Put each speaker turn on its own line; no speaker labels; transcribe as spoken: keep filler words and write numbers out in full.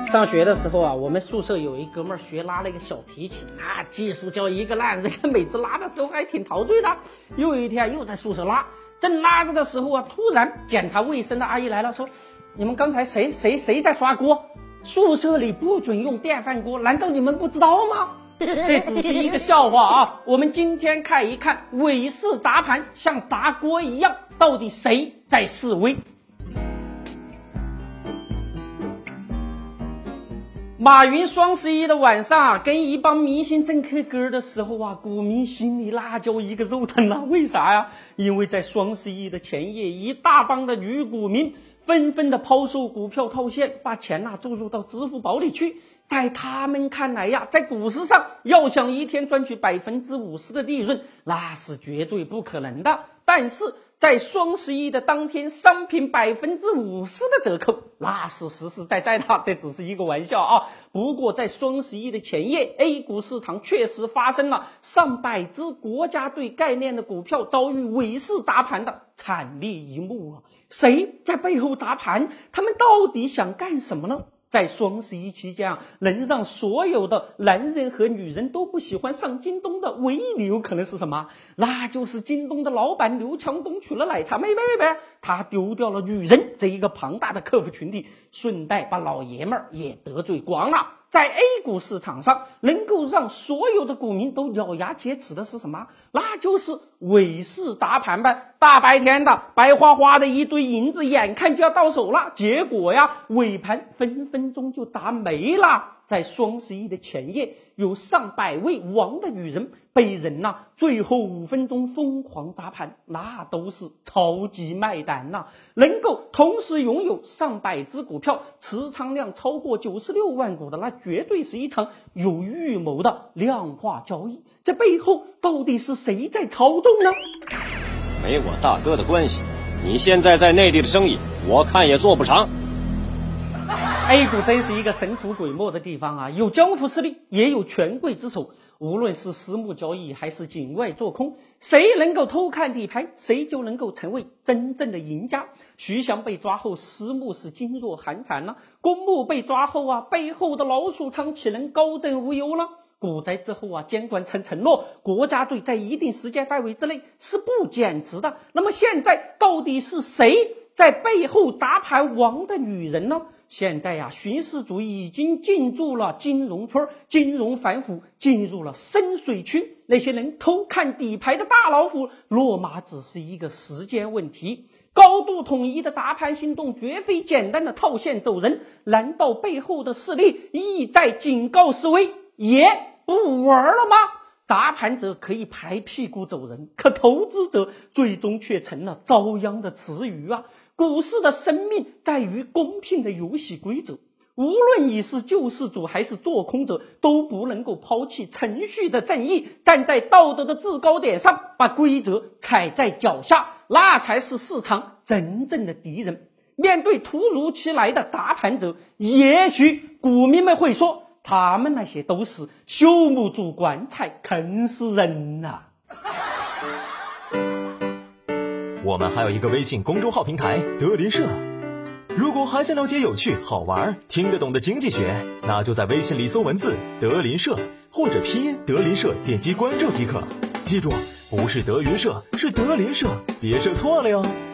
上学的时候啊，我们宿舍有一哥们儿学拉了一个小提琴，啊，技术叫一个烂，这个每次拉的时候还挺陶醉的。又有一天又在宿舍拉，正拉着的时候啊，突然检查卫生的阿姨来了，说：“你们刚才谁谁谁在刷锅？宿舍里不准用电饭锅，难道你们不知道吗？”这只是一个笑话啊！我们今天看一看韦氏砸盘像砸锅一样，到底谁在示威？马云双十一的晚上啊，跟一帮明星正 K 歌的时候啊，股民心里那叫一个肉疼啊！为啥呀？因为在双十一的前夜，一大帮的女股民纷纷的抛售股票套现，把钱呐、啊、注入到支付宝里去。在他们看来呀，在股市上要想一天赚取百分之五十的利润，那是绝对不可能的。但是在双十一的当天，商品百分之五十的折扣，那是实实在在的，这只是一个玩笑啊。不过在双十一的前夜 ，A 股市场确实发生了上百只国家队概念的股票遭遇韦氏砸盘的惨烈一幕啊！谁在背后砸盘？他们到底想干什么呢？在双十一期间啊，能让所有的男人和女人都不喜欢上京东的唯一理由可能是什么？那就是京东的老板刘强东娶了奶茶妹妹呗，他丢掉了女人这一个庞大的客户群体，顺带把老爷们儿也得罪光了。在 A 股市场上，能够让所有的股民都咬牙切齿的是什么？那就是韦氏砸盘呗。大白天的，白花花的一堆银子，眼看就要到手了，结果呀，尾盘分分钟就砸没了。在双十一的前夜，有上百位王的女人被人呐、啊，最后五分钟疯狂砸盘，那都是超级卖单呐、啊！能够同时拥有上百只股票，持仓量超过九十六万股的，那绝对是一场有预谋的量化交易。这背后到底是谁在操纵呢？
没我大哥的关系，你现在在内地的生意，我看也做不长。
A 股真是一个神出鬼没的地方啊，有江湖势力，也有权贵之手。无论是私募交易还是境外做空，谁能够偷看底牌，谁就能够成为真正的赢家。徐翔被抓后，私募是噤若寒蝉了、啊；公募被抓后啊，背后的老鼠仓岂能高枕无忧呢？股灾之后啊，监管层承诺国家队在一定时间范围之内是不减持的。那么现在到底是谁在背后砸盘王的女人呢？现在呀、啊，巡视组已经进驻了金融圈，金融反腐进入了深水区，那些能偷看底牌的大老虎落马只是一个时间问题。高度统一的砸盘行动绝非简单的套现走人，难道背后的势力意在警告示威，也不玩了吗？砸盘者可以拍屁股走人，可投资者最终却成了遭殃的词语啊！股市的生命在于公平的游戏规则，无论你是救世主还是做空者，都不能够抛弃程序的正义，站在道德的制高点上，把规则踩在脚下，那才是市场真正的敌人。面对突如其来的砸盘者，也许股民们会说，他们那些都是朽木煮棺材，坑死人啊。
我们还有一个微信公众号平台德林社，如果还想了解有趣好玩听得懂的经济学，那就在微信里搜文字德林社或者拼音德林社，点击关注即可。记住，不是德云社，是德林社，别设错了哟。